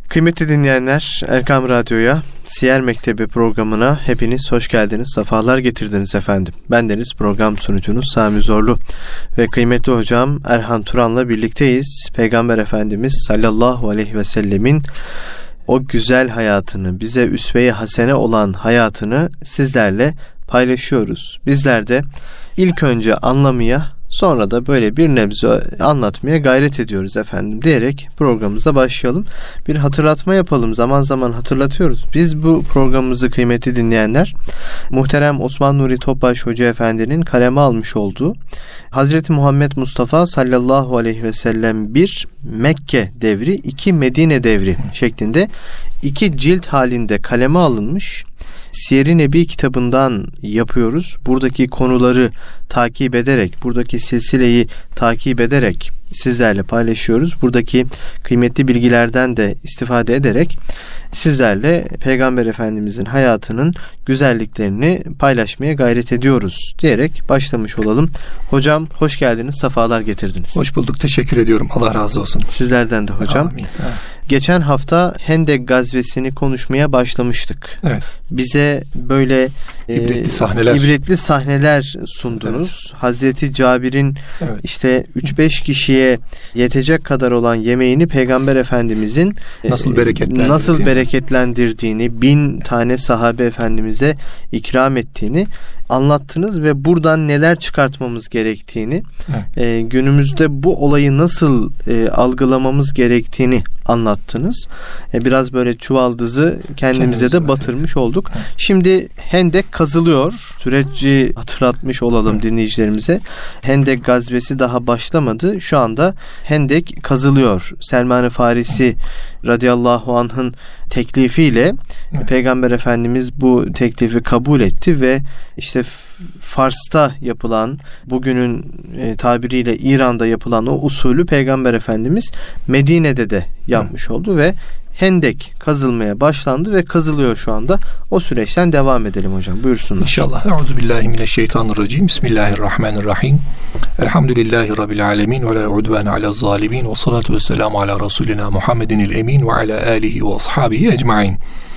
Kıymetli dinleyenler, Erkam Radyo'ya, Siyer Mektebi programına hepiniz hoş geldiniz, sefalar getirdiniz efendim. Bendeniz program sunucunuz Sami Zorlu ve kıymetli hocam Erhan Turan'la birlikteyiz. Peygamber Efendimiz sallallahu aleyhi ve sellemin o güzel hayatını, bize üsve-i hasene olan hayatını sizlerle paylaşıyoruz. Bizler de ilk önce anlamaya, sonra da böyle bir nebze anlatmaya gayret ediyoruz efendim diyerek programımıza başlayalım. Bir hatırlatma yapalım. Zaman zaman hatırlatıyoruz. Biz bu programımızı kıymetli dinleyenler, muhterem Osman Nuri Topbaş Hoca Efendi'nin kaleme almış olduğu Hazreti Muhammed Mustafa sallallahu aleyhi ve sellem 1 Mekke devri, 2 Medine devri şeklinde 2 cilt halinde kaleme alınmış Siyer-i Nebi kitabından yapıyoruz. Buradaki konuları takip ederek, buradaki silsileyi takip ederek sizlerle paylaşıyoruz. Buradaki kıymetli bilgilerden de istifade ederek sizlerle Peygamber Efendimizin hayatının güzelliklerini paylaşmaya gayret ediyoruz diyerek başlamış olalım. Hocam hoş geldiniz, sefalar getirdiniz. Hoş bulduk, teşekkür ediyorum. Allah razı olsun. Sizlerden de hocam. Amin. Geçen hafta Hendek gazvesini konuşmaya başlamıştık. Evet. Bize böyle ibretli sahneler sundunuz. Evet. Hazreti Cabir'in işte 3-5 kişiye yetecek kadar olan yemeğini Peygamber Efendimizin nasıl bereketlendirdiğini, 1000 tane sahabe efendimize ikram ettiğini anlattınız ve buradan neler çıkartmamız gerektiğini, günümüzde bu olayı nasıl algılamamız gerektiğini anlattınız. Biraz böyle çuvaldızı kendimize de batırmış olduk. Evet. Şimdi Hendek kazılıyor. Süreci hatırlatmış olalım dinleyicilerimize. Hendek gazvesi daha başlamadı. Şu anda Hendek kazılıyor. Selman-ı Farisi radıyallahu anh'ın teklifiyle Peygamber Efendimiz bu teklifi kabul etti ve işte Fars'ta yapılan, bugünün tabiriyle İran'da yapılan o usulü Peygamber Efendimiz Medine'de de yapmış oldu ve Hendek kazılmaya başlandı ve kazılıyor şu anda. O süreçten devam edelim hocam. Buyursunlar. İnşallah. Euzubillahimineşşeytanirracim. Bismillahirrahmanirrahim. Elhamdülillahi Rabbil alemin ve la udvane ala zalimin ve salatu ve selamu ala Resulina Muhammedinil emin ve ala alihi ve ashabihi ecmain.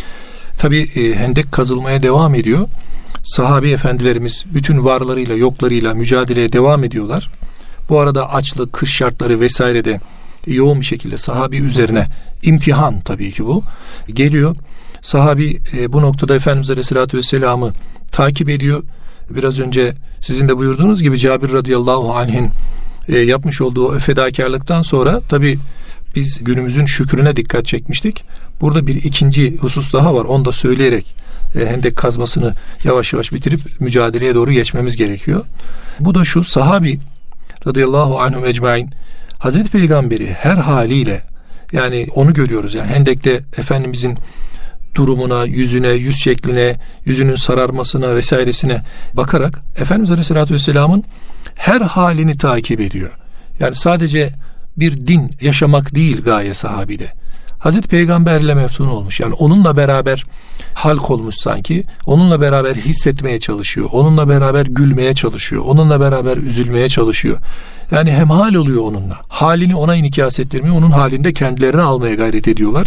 Tabi Hendek kazılmaya devam ediyor. Sahabi efendilerimiz bütün varlarıyla yoklarıyla mücadeleye devam ediyorlar. Bu arada açlık, kış şartları vesaire de yoğun bir şekilde sahabi üzerine imtihan tabii ki bu geliyor. Sahabi bu noktada Efendimiz Aleyhisselatü Vesselam'ı takip ediyor. Biraz önce sizin de buyurduğunuz gibi Cabir radıyallahu anh'in yapmış olduğu fedakarlıktan sonra tabii biz günümüzün şükrüne dikkat çekmiştik. Burada bir ikinci husus daha var. Onu da söyleyerek Hendek kazmasını yavaş yavaş bitirip mücadeleye doğru geçmemiz gerekiyor. Bu da şu: sahabi radıyallahu anhum ecmain Hazreti Peygamber'i her haliyle, yani onu görüyoruz, yani Hendek'te Efendimizin durumuna, yüzüne, yüz şekline, yüzünün sararmasına vesairesine bakarak Efendimiz Aleyhisselatü Vesselam'ın her halini takip ediyor. Yani sadece bir din yaşamak değil gaye sahabide. Hazreti Peygamberle meftun olmuş. Yani onunla beraber halk olmuş sanki. Onunla beraber hissetmeye çalışıyor. Onunla beraber gülmeye çalışıyor. Onunla beraber üzülmeye çalışıyor. Yani hemhal oluyor onunla. Halini ona inikas ettirmiyor. Onun halinde kendilerine almaya gayret ediyorlar.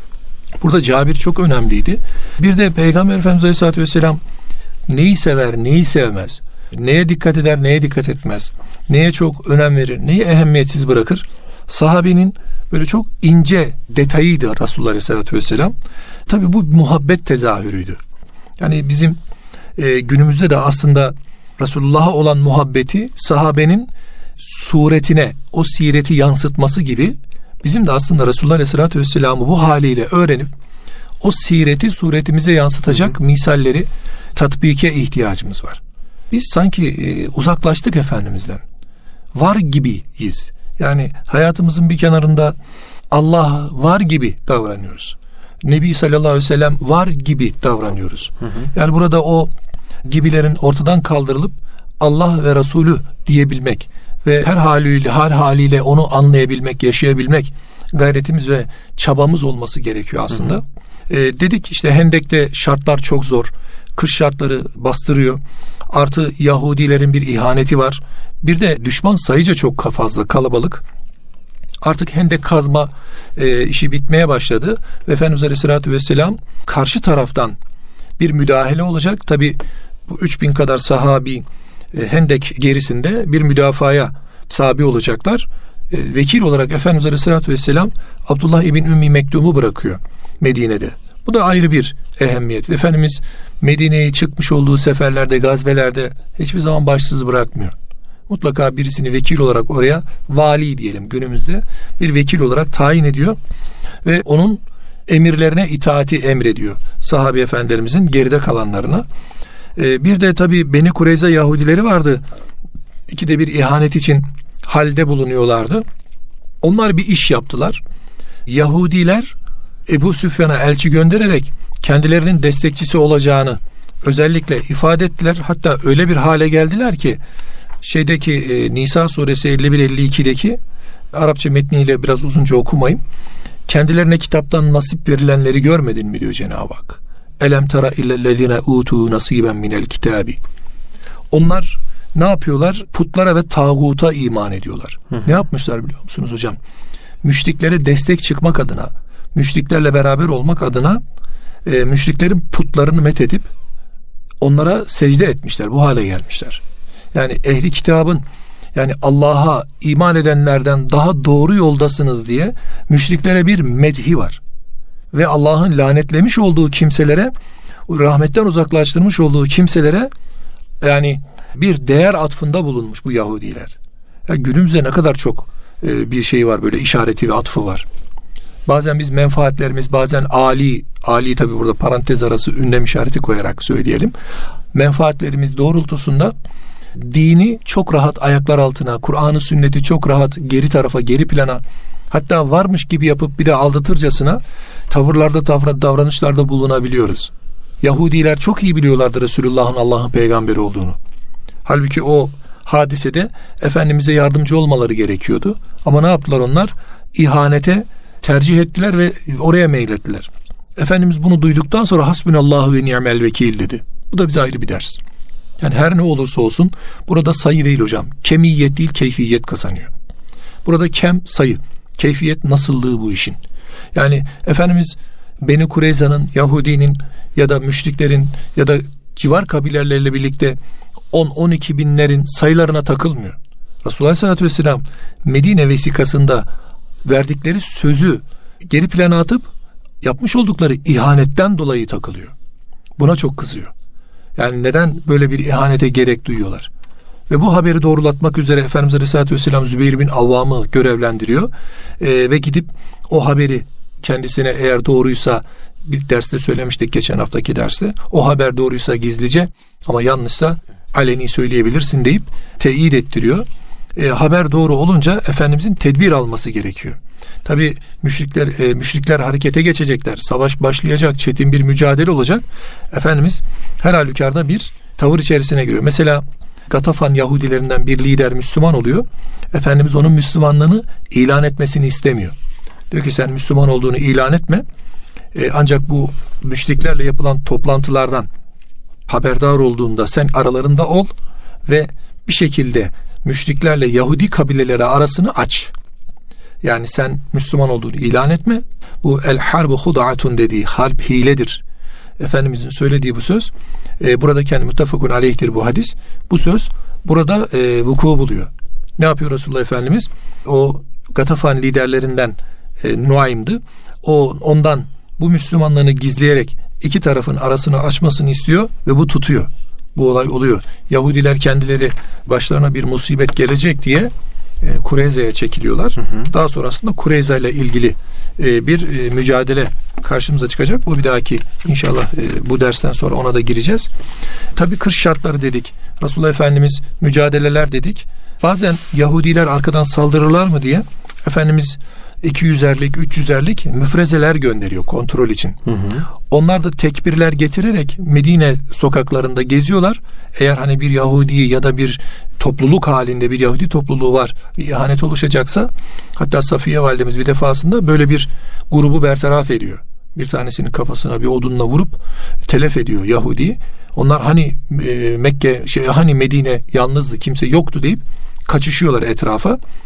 Burada Cabir çok önemliydi. Bir de Peygamber Efendimiz Aleyhisselatü Vesselam neyi sever, neyi sevmez, neye dikkat eder, neye dikkat etmez, neye çok önem verir, neyi ehemmiyetsiz bırakır. Sahabinin böyle çok ince detayıydı Resulullah Aleyhisselatü Vesselam. Tabii bu muhabbet tezahürüydü. Yani bizim günümüzde de aslında Resulullah'a olan muhabbeti sahabenin suretine, o sireti yansıtması gibi bizim de aslında Resulullah Aleyhisselatü Vesselam'ı bu haliyle öğrenip o sireti suretimize yansıtacak misalleri tatbike ihtiyacımız var. Biz sanki uzaklaştık Efendimiz'den. Var gibiyiz. Yani hayatımızın bir kenarında Allah var gibi davranıyoruz. Nebi sallallahu aleyhi ve sellem var gibi davranıyoruz. Yani burada o gibilerin ortadan kaldırılıp Allah ve Resulü diyebilmek ve her haliyle onu anlayabilmek, yaşayabilmek gayretimiz ve çabamız olması gerekiyor aslında. Dedik işte Hendek'te şartlar çok zor. Kış şartları bastırıyor. Artı Yahudilerin bir ihaneti var. Bir de düşman sayıca çok fazla, kalabalık. Artık hendek kazma işi bitmeye başladı. Ve Efendimiz Aleyhisselatü Vesselam karşı taraftan bir müdahale olacak. Tabi bu 3000 kadar sahabi hendek gerisinde bir müdafaya tabi olacaklar. Vekil olarak Efendimiz Aleyhisselatü Vesselam Abdullah İbn Ümmi Mektum'u bırakıyor Medine'de. Bu da ayrı bir ehemmiyet. Efendimiz Medine'ye çıkmış olduğu seferlerde, gazvelerde hiçbir zaman başsız bırakmıyor. Mutlaka birisini vekil olarak oraya, vali diyelim günümüzde, bir vekil olarak tayin ediyor ve onun emirlerine itaati emrediyor sahabe efendilerimizin geride kalanlarına. Bir de tabii Beni Kureyza Yahudileri vardı. İkide bir ihanet için halde bulunuyorlardı. Onlar bir iş yaptılar. Yahudiler Ebu Süfyan'a elçi göndererek kendilerinin destekçisi olacağını özellikle ifade ettiler. Hatta öyle bir hale geldiler ki Nisa suresi 51-52'deki Arapça metniyle biraz uzunca okumayayım. Kendilerine kitaptan nasip verilenleri görmedin mi diyor Cenab-ı Hak. Elem tera illellezine utu nasiben minel kitabi. Onlar ne yapıyorlar? Putlara ve tağuta iman ediyorlar. Ne yapmışlar biliyor musunuz hocam? Müşriklere destek çıkmak adına, müşriklerle beraber olmak adına müşriklerin putlarını methedip onlara secde etmişler. Bu hale gelmişler. Yani ehli kitabın, yani Allah'a iman edenlerden daha doğru yoldasınız diye müşriklere bir medhi var. Ve Allah'ın lanetlemiş olduğu kimselere, rahmetten uzaklaştırmış olduğu kimselere yani bir değer atfında bulunmuş bu Yahudiler. Yani günümüzde ne kadar çok bir şey var, böyle işareti ve atfı var. Bazen biz menfaatlerimiz, bazen Ali tabi burada parantez arası ünlem işareti koyarak söyleyelim. Menfaatlerimiz doğrultusunda dini çok rahat ayaklar altına, Kur'an'ı sünneti çok rahat geri tarafa, geri plana, hatta varmış gibi yapıp bir de aldatırcasına tavırlarda, davranışlarda bulunabiliyoruz. Yahudiler çok iyi biliyorlardı Resulullah'ın Allah'ın peygamberi olduğunu. Halbuki o hadisede Efendimiz'e yardımcı olmaları gerekiyordu. Ama ne yaptılar onlar? İhanete tercih ettiler ve oraya meylettiler. Efendimiz bunu duyduktan sonra hasbunallahu ve ni'mel vekil dedi. Bu da bize ayrı bir ders. Yani her ne olursa olsun burada sayı değil hocam. Kemiyet değil, keyfiyet kazanıyor. Burada sayı, keyfiyet nasıllığı bu işin. Yani Efendimiz Beni Kureyza'nın, Yahudinin ya da müşriklerin ya da civar kabilelerle birlikte 10-12 binlerin sayılarına takılmıyor. Resulullah Aleyhisselatü Vesselam Medine vesikasında verdikleri sözü geri plana atıp yapmış oldukları ihanetten dolayı takılıyor. Buna çok kızıyor. Yani neden böyle bir ihanete gerek duyuyorlar? Ve bu haberi doğrulatmak üzere Efendimiz Aleyhisselatü Vesselam Zübeyir bin Avvam'ı görevlendiriyor. Ve gidip o haberi kendisine, eğer doğruysa, bir derste söylemiştik geçen haftaki derste, o haber doğruysa gizlice ama yanlışsa aleni söyleyebilirsin deyip teyit ettiriyor. Haber doğru olunca Efendimizin tedbir alması gerekiyor. Tabi müşrikler harekete geçecekler. Savaş başlayacak. Çetin bir mücadele olacak. Efendimiz her halükarda bir tavır içerisine giriyor. Mesela Gatafan Yahudilerinden bir lider Müslüman oluyor. Efendimiz onun Müslümanlığını ilan etmesini istemiyor. Diyor ki sen Müslüman olduğunu ilan etme. Ancak bu müşriklerle yapılan toplantılardan haberdar olduğunda sen aralarında ol ve bir şekilde müşriklerle Yahudi kabileleri arasını aç. Yani sen Müslüman olduğunu ilan etme. Bu el harbu hud'atun dediği harp hiledir. Efendimizin söylediği bu söz burada kendi muttefakun aleyhtir bu hadis. Bu söz burada vuku buluyor. Ne yapıyor Resulullah Efendimiz? O Gatafan liderlerinden Nuaym'dı. Ondan bu Müslümanlığını gizleyerek iki tarafın arasını açmasını istiyor ve bu tutuyor. Bu olay oluyor. Yahudiler kendileri başlarına bir musibet gelecek diye Kureyza'ya çekiliyorlar. Daha sonrasında Kureyza ile ilgili bir mücadele karşımıza çıkacak. Bu bir dahaki inşallah bu dersten sonra ona da gireceğiz. Tabii kış şartları dedik. Resulullah Efendimiz mücadeleler dedik. Bazen Yahudiler arkadan saldırırlar mı diye Efendimiz 200'erlik, 300'erlik müfrezeler gönderiyor kontrol için. Onlar da tekbirler getirerek Medine sokaklarında geziyorlar. Eğer hani bir Yahudi ya da bir topluluk halinde bir Yahudi topluluğu var, bir ihanet oluşacaksa, hatta Safiye validemiz bir defasında böyle bir grubu bertaraf ediyor. Bir tanesinin kafasına bir odunla vurup telef ediyor Yahudi'yi. Onlar hani Medine yalnızdı, kimse yoktu deyip kaçışıyorlar etrafa.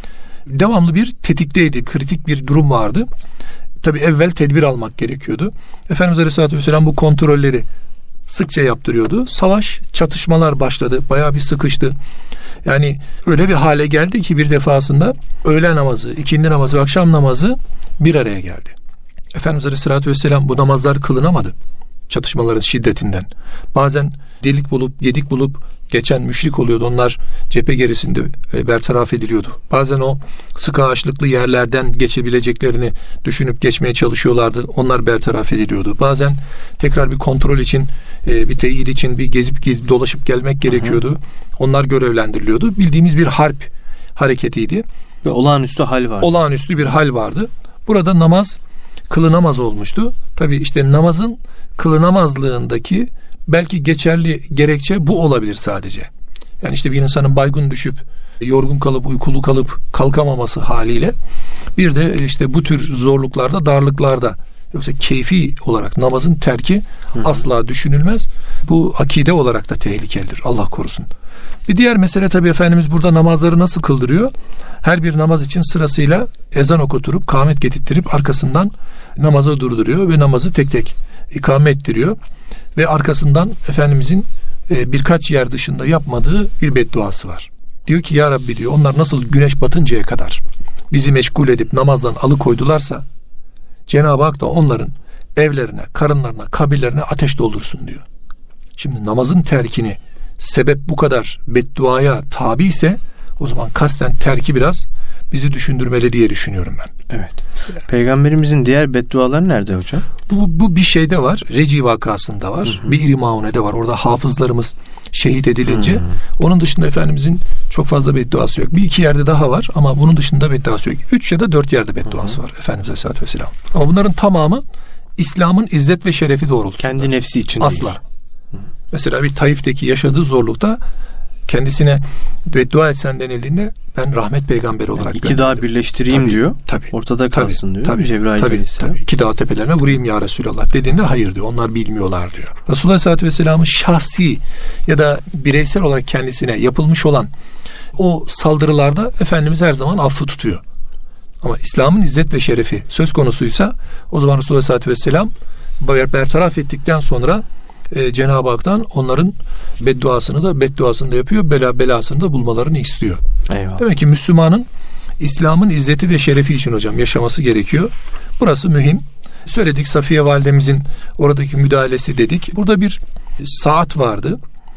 devamlı bir tetikteydi. Kritik bir durum vardı. Tabii evvel tedbir almak gerekiyordu. Efendimiz Aleyhisselatü Vesselam bu kontrolleri sıkça yaptırıyordu. Savaş, çatışmalar başladı. Bayağı bir sıkıştı. Yani öyle bir hale geldi ki bir defasında öğle namazı, ikindi namazı ve akşam namazı bir araya geldi. Efendimiz Aleyhisselatü Vesselam bu namazlar kılınamadı. Çatışmaların şiddetinden. Bazen delik bulup, gedik bulup geçen müşrik oluyordu. Onlar cephe gerisinde bertaraf ediliyordu. Bazen o sık ağaçlıklı yerlerden geçebileceklerini düşünüp geçmeye çalışıyorlardı. Onlar bertaraf ediliyordu. Bazen tekrar bir kontrol için, bir teyit için bir gezip dolaşıp gelmek gerekiyordu. Onlar görevlendiriliyordu. Bildiğimiz bir harp hareketiydi. Ve olağanüstü hal vardı. Olağanüstü bir hal vardı. Burada namaz kılınamaz olmuştu. Tabii işte namazın kılınamazlığındaki belki geçerli gerekçe bu olabilir sadece. Yani işte bir insanın baygın düşüp, yorgun kalıp, uykulu kalıp kalkamaması haliyle bir de işte bu tür zorluklarda, darlıklarda, yoksa keyfi olarak namazın terki asla düşünülmez. Bu akide olarak da tehlikelidir. Allah korusun. Bir diğer mesele tabii Efendimiz burada namazları nasıl kıldırıyor? Her bir namaz için sırasıyla ezan okuturup, kâmet getirttirip arkasından namaza durduruyor ve namazı tek tek ikame ettiriyor. Ve arkasından Efendimizin birkaç yer dışında yapmadığı bir bedduası var. Diyor ki ya Rabbi diyor, onlar nasıl güneş batıncaya kadar bizi meşgul edip namazdan alıkoydularsa Cenab-ı Hak da onların evlerine, karınlarına, kabirlerine ateş doldursun diyor. Şimdi namazın terkini sebep bu kadar bedduaya tabi ise o zaman kasten terki biraz bizi düşündürmeli diye düşünüyorum ben. Evet. Peygamberimizin diğer bedduaları nerede hocam? Bu bir şeyde var. Reci vakasında var. Bir Maune'de var. Orada hafızlarımız şehit edilince. Onun dışında Efendimizin çok fazla bedduası yok. Bir iki yerde daha var ama bunun dışında bedduası yok. 3 ya da 4 yerde bedduası var Efendimiz Aleyhisselatü Vesselam. Ama bunların tamamı İslam'ın izzet ve şerefi doğrultusunda. Kendi nefsi için asla değil. Mesela bir Taif'teki yaşadığı zorlukta kendisine beddua etsen denildiğinde ben rahmet peygamberi olarak iki dağ birleştireyim tabii, diyor. Tabii, ortada kalsın diyor. Tabii, Cebrail Aleyhisselam. İki dağ tepelerine vurayım ya Resulallah dediğinde hayır diyor. Onlar bilmiyorlar diyor. Resulullah Aleyhisselatü Vesselam'ın şahsi ya da bireysel olarak kendisine yapılmış olan o saldırılarda Efendimiz her zaman affı tutuyor. Ama İslam'ın izzet ve şerefi söz konusuysa o zaman Resulullah Aleyhisselatü Vesselam bertaraf ettikten sonra Cenab-ı Hak'tan onların bedduasını da yapıyor, belasını da bulmalarını istiyor. Eyvallah. Demek ki Müslümanın İslam'ın izzeti ve şerefi için hocam yaşaması gerekiyor. Burası mühim. Söyledik, Safiye validemizin oradaki müdahalesi dedik. Burada bir Sa'd vardı.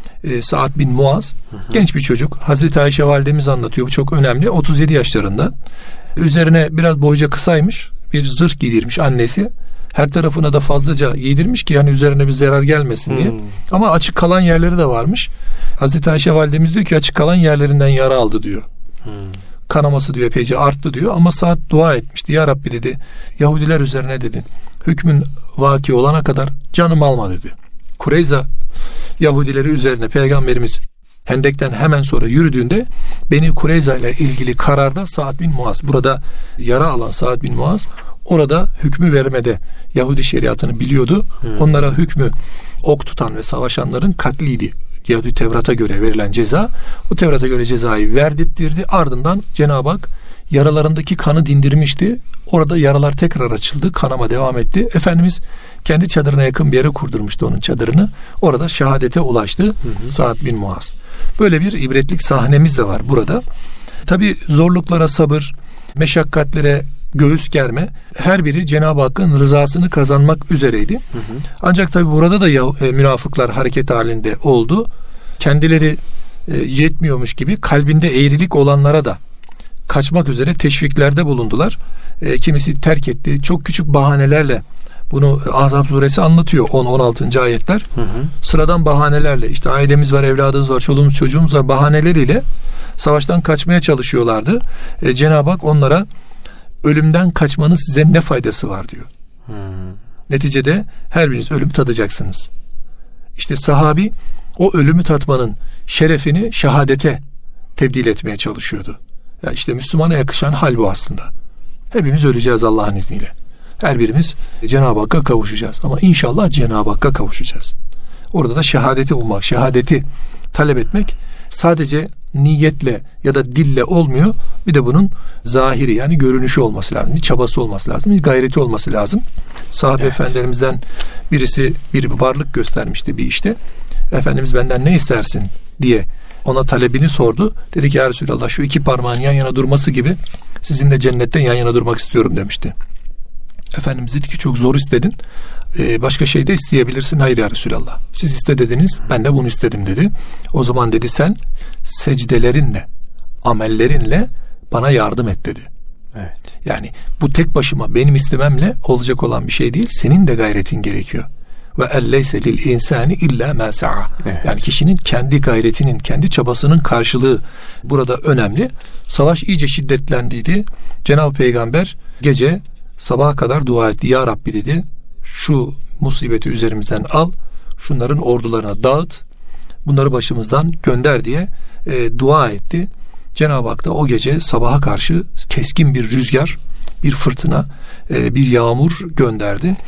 Sa'd bin Muaz. Genç bir çocuk. Hazreti Ayşe validemiz anlatıyor. Bu çok önemli. 37 yaşlarında. Üzerine biraz boyca kısaymış. Bir zırh giydirmiş annesi. Her tarafına da fazlaca giydirmiş ki yani üzerine bir zarar gelmesin diye. Ama açık kalan yerleri de varmış. Hazreti Ayşe validemiz diyor ki açık kalan yerlerinden yara aldı diyor. Kanaması diyor epeyce arttı diyor. Ama Sa'd dua etmişti. Ya Rabbi dedi, Yahudiler üzerine dedi, hükmün vaki olana kadar canım alma dedi. Kureyza Yahudileri üzerine Peygamberimiz Hendek'ten hemen sonra yürüdüğünde Beni Kureyza ile ilgili kararda Sa'd bin Muaz, burada yara alan Sa'd bin Muaz orada hükmü vermede Yahudi şeriatını biliyordu. Onlara hükmü ok tutan ve savaşanların katliydi. Yahudi Tevrat'a göre verilen ceza. O Tevrat'a göre cezayı verdirttirdi. Ardından Cenab-ı Hak yaralarındaki kanı dindirmişti. Orada yaralar tekrar açıldı. Kanama devam etti. Efendimiz kendi çadırına yakın bir yere kurdurmuştu onun çadırını. Orada şehadete ulaştı Sa'd bin Muaz. Böyle bir ibretlik sahnemiz de var burada. Tabi zorluklara sabır, meşakkatlere göğüs germe, her biri Cenab-ı Hakk'ın rızasını kazanmak üzereydi. Ancak tabi burada da münafıklar hareket halinde oldu. Kendileri yetmiyormuş gibi kalbinde eğrilik olanlara da kaçmak üzere teşviklerde bulundular. Kimisi terk etti. Çok küçük bahanelerle bunu Ahzab suresi anlatıyor. 10-16. ayetler. Sıradan bahanelerle işte ailemiz var, evladımız var, çoluğumuz çocuğumuz var bahaneleriyle savaştan kaçmaya çalışıyorlardı. Cenab-ı Hak onlara ölümden kaçmanın size ne faydası var diyor. Neticede her biriniz ölümü tadacaksınız. İşte sahabi o ölümü tatmanın şerefini şehadete tebdil etmeye çalışıyordu. Ya işte Müslümana yakışan hal bu aslında. Hepimiz öleceğiz Allah'ın izniyle. Her birimiz Cenab-ı Hakk'a kavuşacağız. Ama inşallah Cenab-ı Hakk'a kavuşacağız. Orada da şehadeti ummak, şehadeti talep etmek sadece niyetle ya da dille olmuyor. Bir de bunun zahiri, yani görünüşü olması lazım. Bir çabası olması lazım. Bir gayreti olması lazım. Sahabe efendilerimizden birisi bir varlık göstermişti bir işte. Efendimiz benden ne istersin diye ona talebini sordu. Dedi ki ya Resulallah, şu iki parmağın yan yana durması gibi sizinle cennetten yan yana durmak istiyorum demişti. Efendimiz dedi ki çok zor istedin. Başka şey de isteyebilirsin. Hayır ya Resulallah, siz iste dediniz, ben de bunu istedim dedi. O zaman dedi sen secdelerinle, amellerinle bana yardım et dedi. Evet. Yani bu tek başıma benim istememle olacak olan bir şey değil. Senin de gayretin gerekiyor. Ve elleyse lil insani illa ma sa'a. Yani kişinin kendi gayretinin, kendi çabasının karşılığı burada önemli. Savaş iyice şiddetlendiydi. Cenab-ı Peygamber gece sabaha kadar dua etti. Ya Rabbi dedi, şu musibeti üzerimizden al, şunların ordularına dağıt, bunları başımızdan gönder diye dua etti. Cenab-ı Hak da o gece sabaha karşı keskin bir rüzgar, bir fırtına, bir yağmur gönderdi.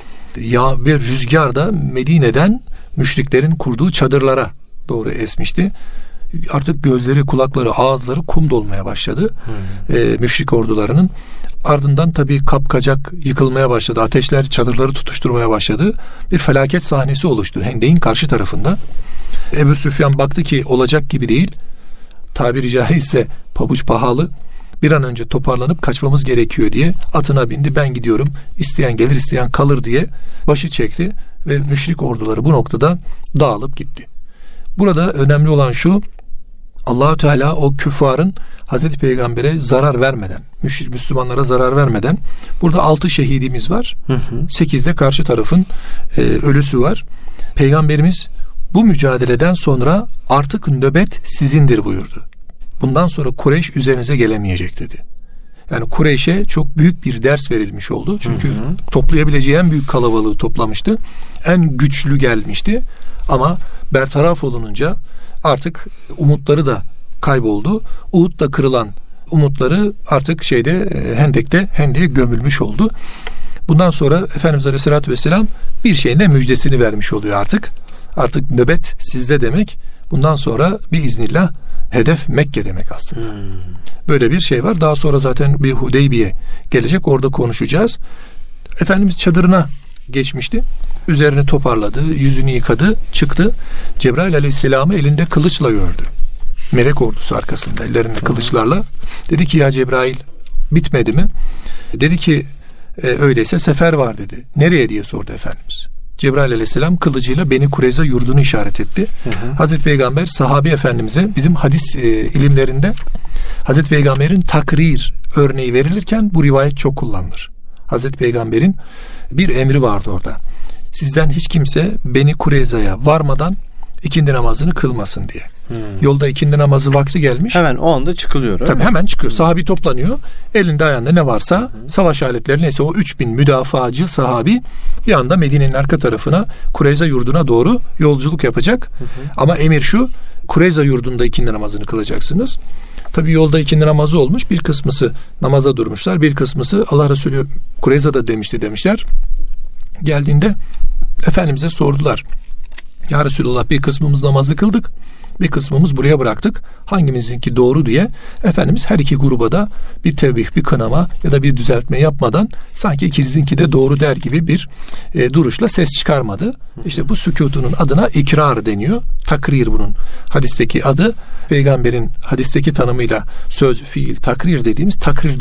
Ve rüzgar da Medine'den müşriklerin kurduğu çadırlara doğru esmişti. Artık gözleri, kulakları, ağızları kum dolmaya başladı. Müşrik ordularının. Ardından tabii kapkacak yıkılmaya başladı. Ateşler çadırları tutuşturmaya başladı. Bir felaket sahnesi oluştu Hendek'in karşı tarafında. Ebu Süfyan baktı ki olacak gibi değil. Tabiri caizse pabuç pahalı. Bir an önce toparlanıp kaçmamız gerekiyor diye atına bindi. Ben gidiyorum, İsteyen gelir isteyen kalır diye başı çekti ve müşrik orduları bu noktada dağılıp gitti. Burada önemli olan şu: Allah-u Teala o küffarın Hazreti Peygamber'e zarar vermeden, müşrik Müslümanlara zarar vermeden, burada 6 şehidimiz var. 8 de karşı tarafın ölüsü var. Peygamberimiz bu mücadeleden sonra artık nöbet sizindir buyurdu. Bundan sonra Kureyş üzerinize gelemeyecek dedi. Yani Kureyş'e çok büyük bir ders verilmiş oldu. Çünkü toplayabileceği en büyük kalabalığı toplamıştı. En güçlü gelmişti. Ama bertaraf olununca artık umutları da kayboldu. Uhud'da kırılan umutları artık Hendek'e gömülmüş oldu. Bundan sonra Efendimiz Aleyhisselatü Vesselam bir şeyin de müjdesini vermiş oluyor artık. Artık nöbet sizde demek. Bundan sonra biiznillah hedef Mekke demek aslında. Böyle bir şey var. Daha sonra zaten bir Hudeybiye gelecek. Orada konuşacağız. Efendimiz çadırına geçmişti. Üzerini toparladı. Yüzünü yıkadı. Çıktı. Cebrail Aleyhisselam'ı elinde kılıçla gördü. Melek ordusu arkasında ellerinde kılıçlarla. Dedi ki ya Cebrail, bitmedi mi? Dedi ki öyleyse sefer var dedi. Nereye diye sordu Efendimiz. Cebrail Aleyhisselam kılıcıyla Beni Kureyza yurdunu işaret etti. Hazreti Peygamber sahabi efendimize, bizim hadis ilimlerinde Hazreti Peygamber'in takrir örneği verilirken bu rivayet çok kullanılır. Hazreti Peygamber'in bir emri vardı orada. Sizden hiç kimse Beni Kureyza'ya varmadan ikindi namazını kılmasın diye. Yolda ikindi namazı vakti gelmiş. Hemen o anda çıkılıyor. Tabii hemen çıkıyor. Sahabi toplanıyor. Elinde ayağında ne varsa savaş aletleri, neyse o 3000 müdafacı sahabi bir anda Medine'nin arka tarafına, Kureyza yurduna doğru yolculuk yapacak. Ama emir şu: Kureyza yurdunda ikindi namazını kılacaksınız. Tabii yolda ikindi namazı olmuş. Bir kısmısı namaza durmuşlar. Bir kısmısı Allah Resulü Kureyza'da demişler. Geldiğinde Efendimiz'e sordular. Ya Resulallah, bir kısmımız namazı kıldık, bir kısmımız buraya bıraktık. Hangimizinki doğru diye Efendimiz her iki gruba da bir tevbih, bir kınama ya da bir düzeltme yapmadan sanki ikinizinki de doğru der gibi bir duruşla ses çıkarmadı. İşte bu sükutunun adına ikrar deniyor. Takrir bunun hadisteki adı. Peygamberin hadisteki tanımıyla söz, fiil, takrir dediğimiz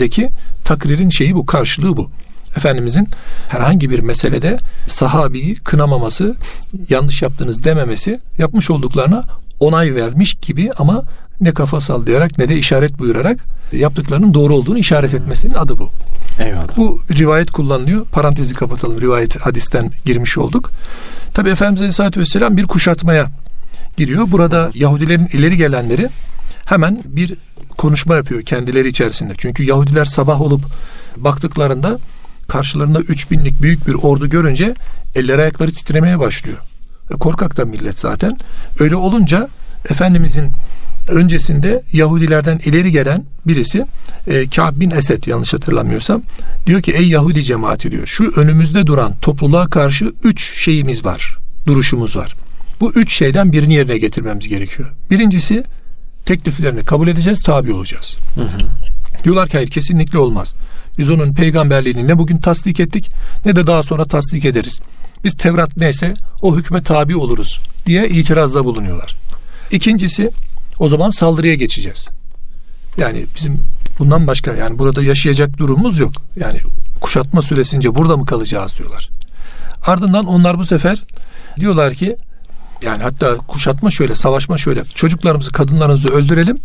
takririn şeyi bu, karşılığı bu. Efendimizin herhangi bir meselede sahabeyi kınamaması, yanlış yaptınız dememesi, yapmış olduklarına onay vermiş gibi ama ne kafa sallayarak ne de işaret buyurarak yaptıklarının doğru olduğunu işaret etmesinin adı bu. Eyvallah. Bu rivayet kullanılıyor. Parantezi kapatalım. Rivayet hadisten girmiş olduk. Tabii Efendimiz Aleyhisselatü Vesselam bir kuşatmaya giriyor. Burada Yahudilerin ileri gelenleri hemen bir konuşma yapıyor kendileri içerisinde. Çünkü Yahudiler sabah olup baktıklarında karşılarında 3000'lik büyük bir ordu görünce elleri ayakları titremeye başlıyor. Korkak da millet zaten. Öyle olunca Efendimizin öncesinde Yahudilerden ileri gelen birisi Kâb bin Esed, yanlış hatırlamıyorsam, diyor ki ey Yahudi cemaati diyor, şu önümüzde duran topluluğa karşı 3 şeyimiz var, duruşumuz var. Bu 3 şeyden birini yerine getirmemiz gerekiyor. Birincisi tekliflerini kabul edeceğiz, tabi olacağız. Diyorlar ki hayır, kesinlikle olmaz. Biz onun peygamberliğini ne bugün tasdik ettik ne de daha sonra tasdik ederiz. Biz Tevrat neyse o hükme tabi oluruz diye itirazda bulunuyorlar. İkincisi, o zaman saldırıya geçeceğiz. Yani bizim bundan başka, yani burada yaşayacak durumumuz yok. Yani kuşatma süresince burada mı kalacağız diyorlar. Ardından onlar bu sefer diyorlar ki, yani hatta kuşatma şöyle, savaşma şöyle, çocuklarımızı, kadınlarımızı öldürelim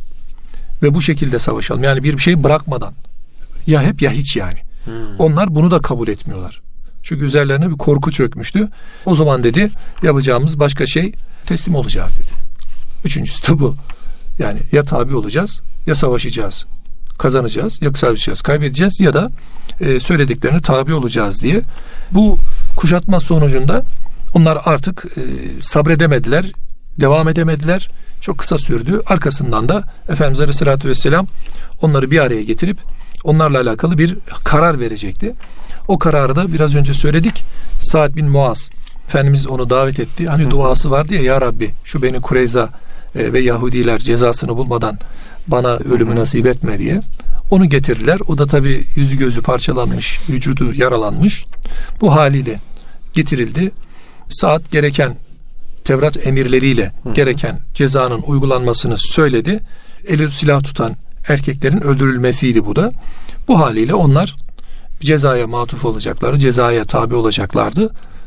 ve bu şekilde savaşalım. Yani bir şey bırakmadan, ya hep ya hiç yani. Onlar bunu da kabul etmiyorlar. Çünkü üzerlerine bir korku çökmüştü. O zaman dedi, yapacağımız başka şey, teslim olacağız dedi. Üçüncüsü de bu. Yani ya tabi olacağız, ya savaşacağız, kazanacağız, ya savaşacağız, kaybedeceğiz, ya da söylediklerine tabi olacağız diye. Bu kuşatma sonucunda onlar artık sabredemediler, devam edemediler. Çok kısa sürdü. Arkasından da Efendimiz Aleyhisselatü Vesselam onları bir araya getirip onlarla alakalı bir karar verecekti. O kararı da biraz önce söyledik. Sa'd bin Muaz, Efendimiz onu davet etti. Hani duası vardı ya, ya Rabbi şu Beni Kureyza ve Yahudiler cezasını bulmadan bana ölümü nasip etme diye. Onu getirdiler. O da tabii yüzü gözü parçalanmış, vücudu yaralanmış. Bu haliyle getirildi. Sa'd gereken Tevrat emirleriyle gereken cezanın uygulanmasını söyledi. Eli silah tutan erkeklerin öldürülmesiydi bu da. Bu haliyle onlar cezaya matuf olacaklardı, cezaya tabi olacaklardı.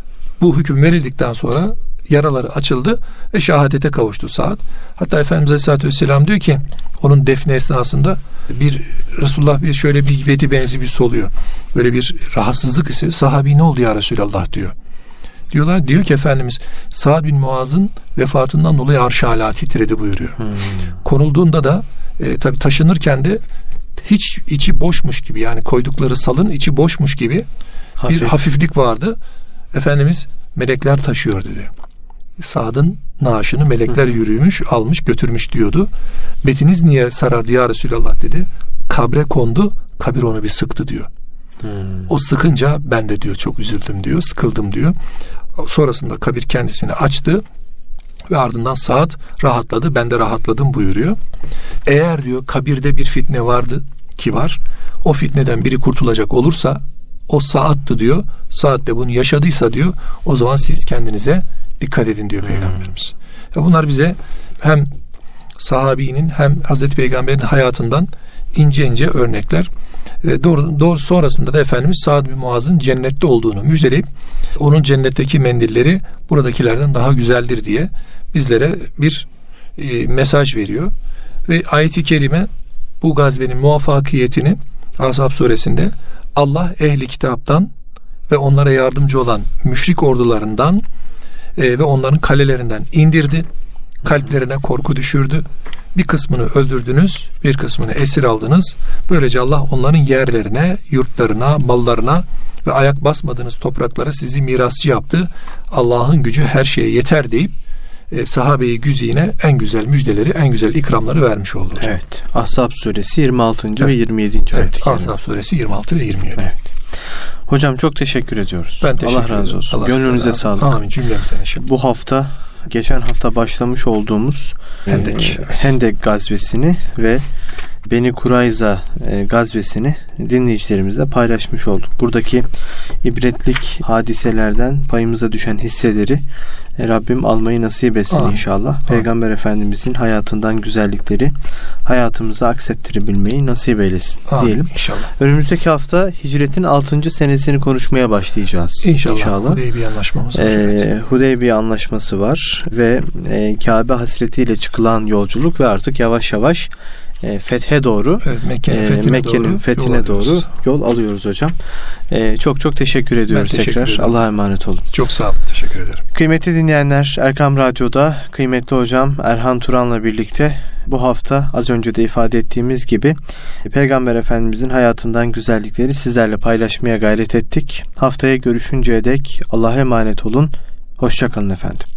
Bu hüküm verildikten sonra yaraları açıldı ve şehadete kavuştu Sa'd. Hatta Efendimiz Aleyhisselatü Vesselam diyor ki, onun defni esnasında Resulullah bir şöyle bir veti benzi bir soluyor. Böyle bir rahatsızlık hissi. Sahabi ne oldu ya Resulallah diyor. Diyor ki Efendimiz, Sa'd bin Muaz'ın vefatından dolayı arş-ı âlâ titredi buyuruyor. Konulduğunda da tabii taşınırken de hiç içi boşmuş gibi, yani koydukları salın içi boşmuş gibi bir hafiflik vardı. Efendimiz, melekler taşıyor dedi. Sa'd'ın naaşını melekler yürümüş, almış, götürmüş diyordu. Betiniz niye sarardı ya Resulallah dedi. Kabre kondu, kabir onu bir sıktı diyor. O sıkınca ben de diyor çok üzüldüm diyor, sıkıldım diyor. Sonrasında kabir kendisini açtı ve ardından Sa'd rahatladı, ben de rahatladım buyuruyor. Eğer diyor kabirde bir fitne vardı ki var, o fitneden biri kurtulacak olursa o Sa'd'tı diyor. Sa'd de bunu yaşadıysa diyor, o zaman siz kendinize dikkat edin diyor Peygamberimiz. Ve bunlar bize hem sahabinin hem Hazreti Peygamber'in hayatından ince ince örnekler. Doğru sonrasında da Efendimiz Sa'd bin Muaz'ın cennette olduğunu müjdeleyip onun cennetteki mendilleri buradakilerden daha güzeldir diye bizlere bir mesaj veriyor. Ve ayet-i kerime bu gazvenin muvaffakiyetini Ahzab suresinde Allah ehli kitaptan ve onlara yardımcı olan müşrik ordularından ve onların kalelerinden indirdi. Kalplerine korku düşürdü. Bir kısmını öldürdünüz, bir kısmını esir aldınız. Böylece Allah onların yerlerine, yurtlarına, mallarına ve ayak basmadığınız topraklara sizi mirasçı yaptı. Allah'ın gücü her şeye yeter deyip sahabe-i güzine en güzel müjdeleri, en güzel ikramları vermiş oldu. Evet. Ahzab suresi 26. ve 27. Evet, Ahzab suresi 26 ve 27. Evet. Hocam çok teşekkür ediyoruz. Ben teşekkür ederim. Allah razı olsun. Allah gönlünüze sağlık. Amin. Cümlemize inşallah. Bu hafta, geçen hafta başlamış olduğumuz Hendek gazvesini ve Beni Kurayza gazvesini dinleyicilerimizle paylaşmış olduk. Buradaki ibretlik hadiselerden payımıza düşen hisseleri Rabbim almayı nasip etsin inşallah. Peygamber Efendimizin hayatından güzellikleri hayatımıza aksettirebilmeyi nasip eylesin diyelim. İnşallah. Önümüzdeki hafta hicretin 6. senesini konuşmaya başlayacağız. İnşallah. Hudeybiye anlaşmamız var. Hudeybiye anlaşması var ve Kabe hasretiyle çıkılan yolculuk ve artık yavaş yavaş fethe doğru, Mekke'nin fethine doğru yol alıyoruz hocam. Çok teşekkür ediyoruz tekrar. Allah'a emanet olun. Çok sağ olun. Teşekkür ederim. Kıymetli dinleyenler, Erkam Radyo'da kıymetli hocam Erhan Turan'la birlikte bu hafta az önce de ifade ettiğimiz gibi Peygamber Efendimizin hayatından güzellikleri sizlerle paylaşmaya gayret ettik. Haftaya görüşünceye dek Allah'a emanet olun. Hoşça kalın efendim.